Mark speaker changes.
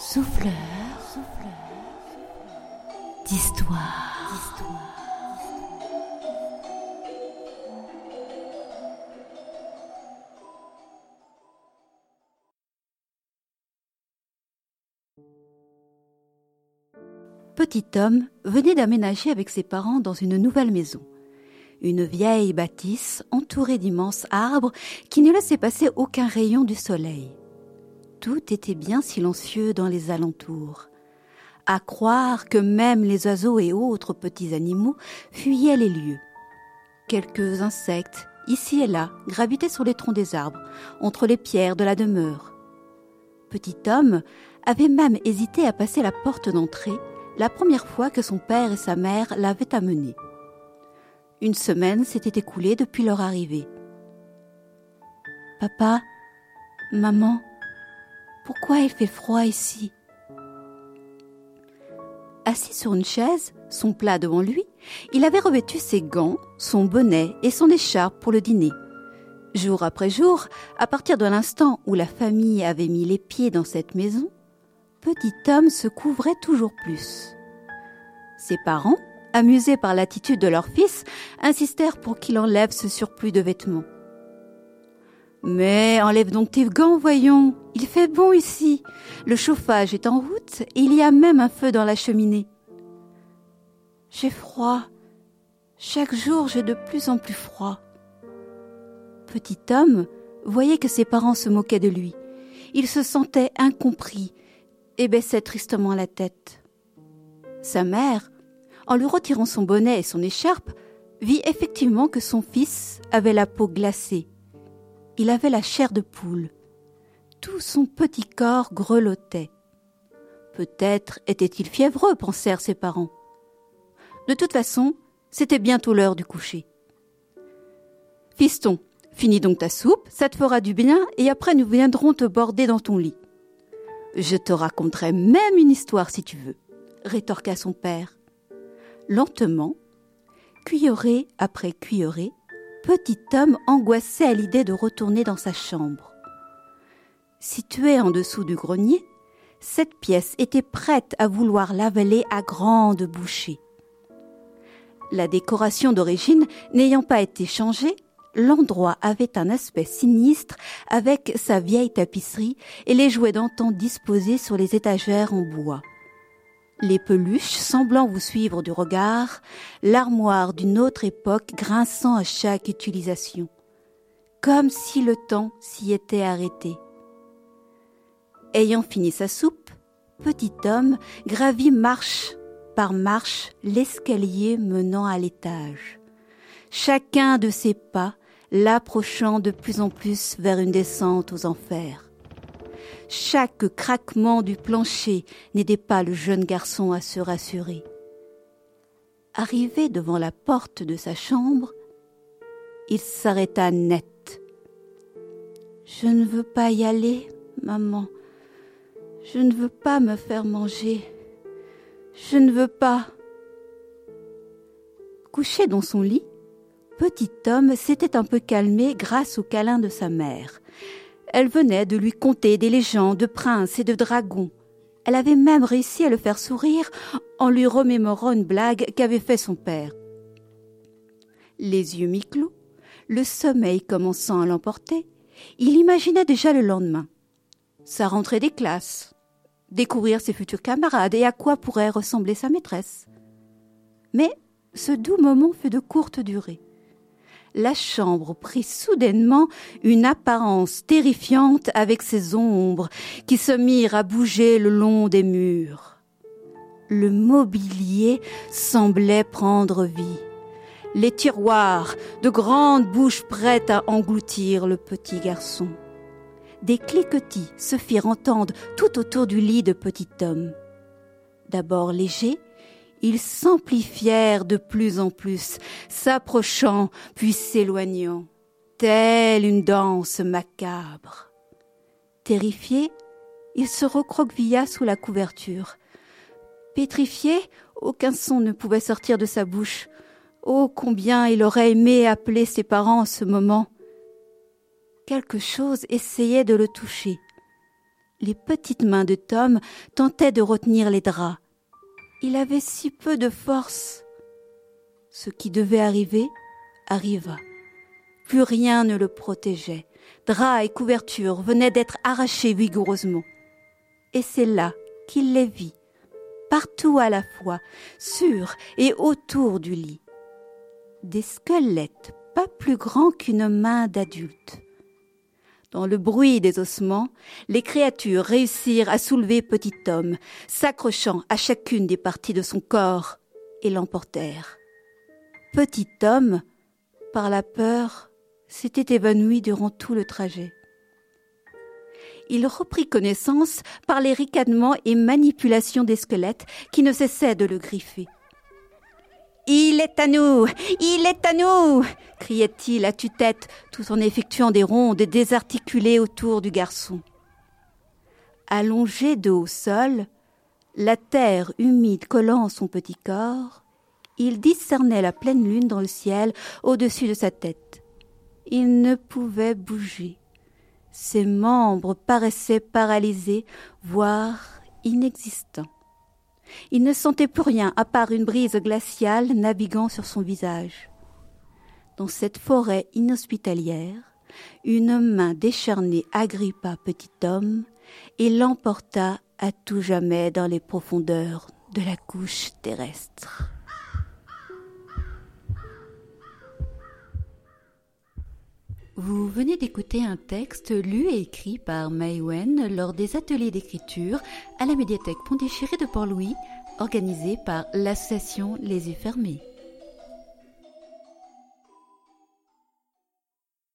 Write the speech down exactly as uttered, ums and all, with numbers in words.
Speaker 1: Souffleur, d'histoire. Petit Tom venait d'aménager avec ses parents dans une nouvelle maison. Une vieille bâtisse entourée d'immenses arbres qui ne laissaient passer aucun rayon du soleil. Tout était bien silencieux dans les alentours. À croire que même les oiseaux et autres petits animaux fuyaient les lieux. Quelques insectes, ici et là, gravitaient sur les troncs des arbres, entre les pierres de la demeure. Petit Tom avait même hésité à passer la porte d'entrée la première fois que son père et sa mère l'avaient amené. Une semaine s'était écoulée depuis leur arrivée. « Papa, maman, pourquoi il fait froid ici ?» Assis sur une chaise, son plat devant lui, il avait revêtu ses gants, son bonnet et son écharpe pour le dîner. Jour après jour, à partir de l'instant où la famille avait mis les pieds dans cette maison, Petit Tom se couvrait toujours plus. Ses parents, amusés par l'attitude de leur fils, insistèrent pour qu'il enlève ce surplus de vêtements. « Mais enlève donc tes gants, voyons, il fait bon ici. Le chauffage est en route et il y a même un feu dans la cheminée. »« J'ai froid. Chaque jour, j'ai de plus en plus froid. » Petit Tom voyait que ses parents se moquaient de lui. Il se sentait incompris et baissait tristement la tête. Sa mère, en lui retirant son bonnet et son écharpe, vit effectivement que son fils avait la peau glacée. Il avait la chair de poule. Tout son petit corps grelottait. Peut-être était-il fiévreux, pensèrent ses parents. De toute façon, c'était bientôt l'heure du coucher. « Fiston, finis donc ta soupe, ça te fera du bien et après nous viendrons te border dans ton lit. »« Je te raconterai même une histoire si tu veux, » rétorqua son père. Lentement, cuillerée après cuillerée, Petit Tom angoissait à l'idée de retourner dans sa chambre. Située en dessous du grenier, cette pièce était prête à vouloir l'avaler à grandes bouchées. La décoration d'origine n'ayant pas été changée, l'endroit avait un aspect sinistre avec sa vieille tapisserie et les jouets d'antan disposés sur les étagères en bois. Les peluches semblant vous suivre du regard, l'armoire d'une autre époque grinçant à chaque utilisation, comme si le temps s'y était arrêté. Ayant fini sa soupe, Petit Tom gravit marche par marche l'escalier menant à l'étage, chacun de ses pas l'approchant de plus en plus vers une descente aux enfers. Chaque craquement du plancher n'aidait pas le jeune garçon à se rassurer. Arrivé devant la porte de sa chambre, il s'arrêta net. « Je ne veux pas y aller, maman. Je ne veux pas me faire manger. Je ne veux pas. » Couché dans son lit, Petit Tom s'était un peu calmé grâce au câlin de sa mère. Elle venait de lui conter des légendes de princes et de dragons. Elle avait même réussi à le faire sourire en lui remémorant une blague qu'avait fait son père. Les yeux mi-clos, le sommeil commençant à l'emporter, il imaginait déjà le lendemain. Sa rentrée des classes, découvrir ses futurs camarades et à quoi pourrait ressembler sa maîtresse. Mais ce doux moment fut de courte durée. La chambre prit soudainement une apparence terrifiante avec ses ombres qui se mirent à bouger le long des murs. Le mobilier semblait prendre vie. Les tiroirs, de grandes bouches prêtes à engloutir le petit garçon. Des cliquetis se firent entendre tout autour du lit de Petit Tom. D'abord légers, ils s'amplifièrent de plus en plus, s'approchant puis s'éloignant, telle une danse macabre. Terrifié, il se recroquevilla sous la couverture. Pétrifié, aucun son ne pouvait sortir de sa bouche. Oh, combien il aurait aimé appeler ses parents en ce moment. Quelque chose essayait de le toucher. Les petites mains de Tom tentaient de retenir les draps. Il avait si peu de force. Ce qui devait arriver arriva. Plus rien ne le protégeait. Draps et couvertures venaient d'être arrachés vigoureusement. Et c'est là qu'il les vit, partout à la fois, sur et autour du lit. Des squelettes pas plus grands qu'une main d'adulte. Dans le bruit des ossements, les créatures réussirent à soulever petit Tom, s'accrochant à chacune des parties de son corps, et l'emportèrent. Petit Tom, par la peur, s'était évanoui durant tout le trajet. Il reprit connaissance par les ricanements et manipulations des squelettes qui ne cessaient de le griffer. « Il est à nous! Il est à nous !» criait-il à tue-tête tout en effectuant des rondes désarticulées autour du garçon. Allongé dos au sol, la terre humide collant son petit corps, il discernait la pleine lune dans le ciel au-dessus de sa tête. Il ne pouvait bouger. Ses membres paraissaient paralysés, voire inexistants. Il ne sentait plus rien à part une brise glaciale naviguant sur son visage. Dans cette forêt inhospitalière, une main décharnée agrippa petit Tom et l'emporta à tout jamais dans les profondeurs de la couche terrestre. Vous venez d'écouter un texte lu et écrit par Maïwen lors des ateliers d'écriture à la médiathèque Pont-Déchiré de Port-Louis, organisés par l'association Les Yeux Fermés.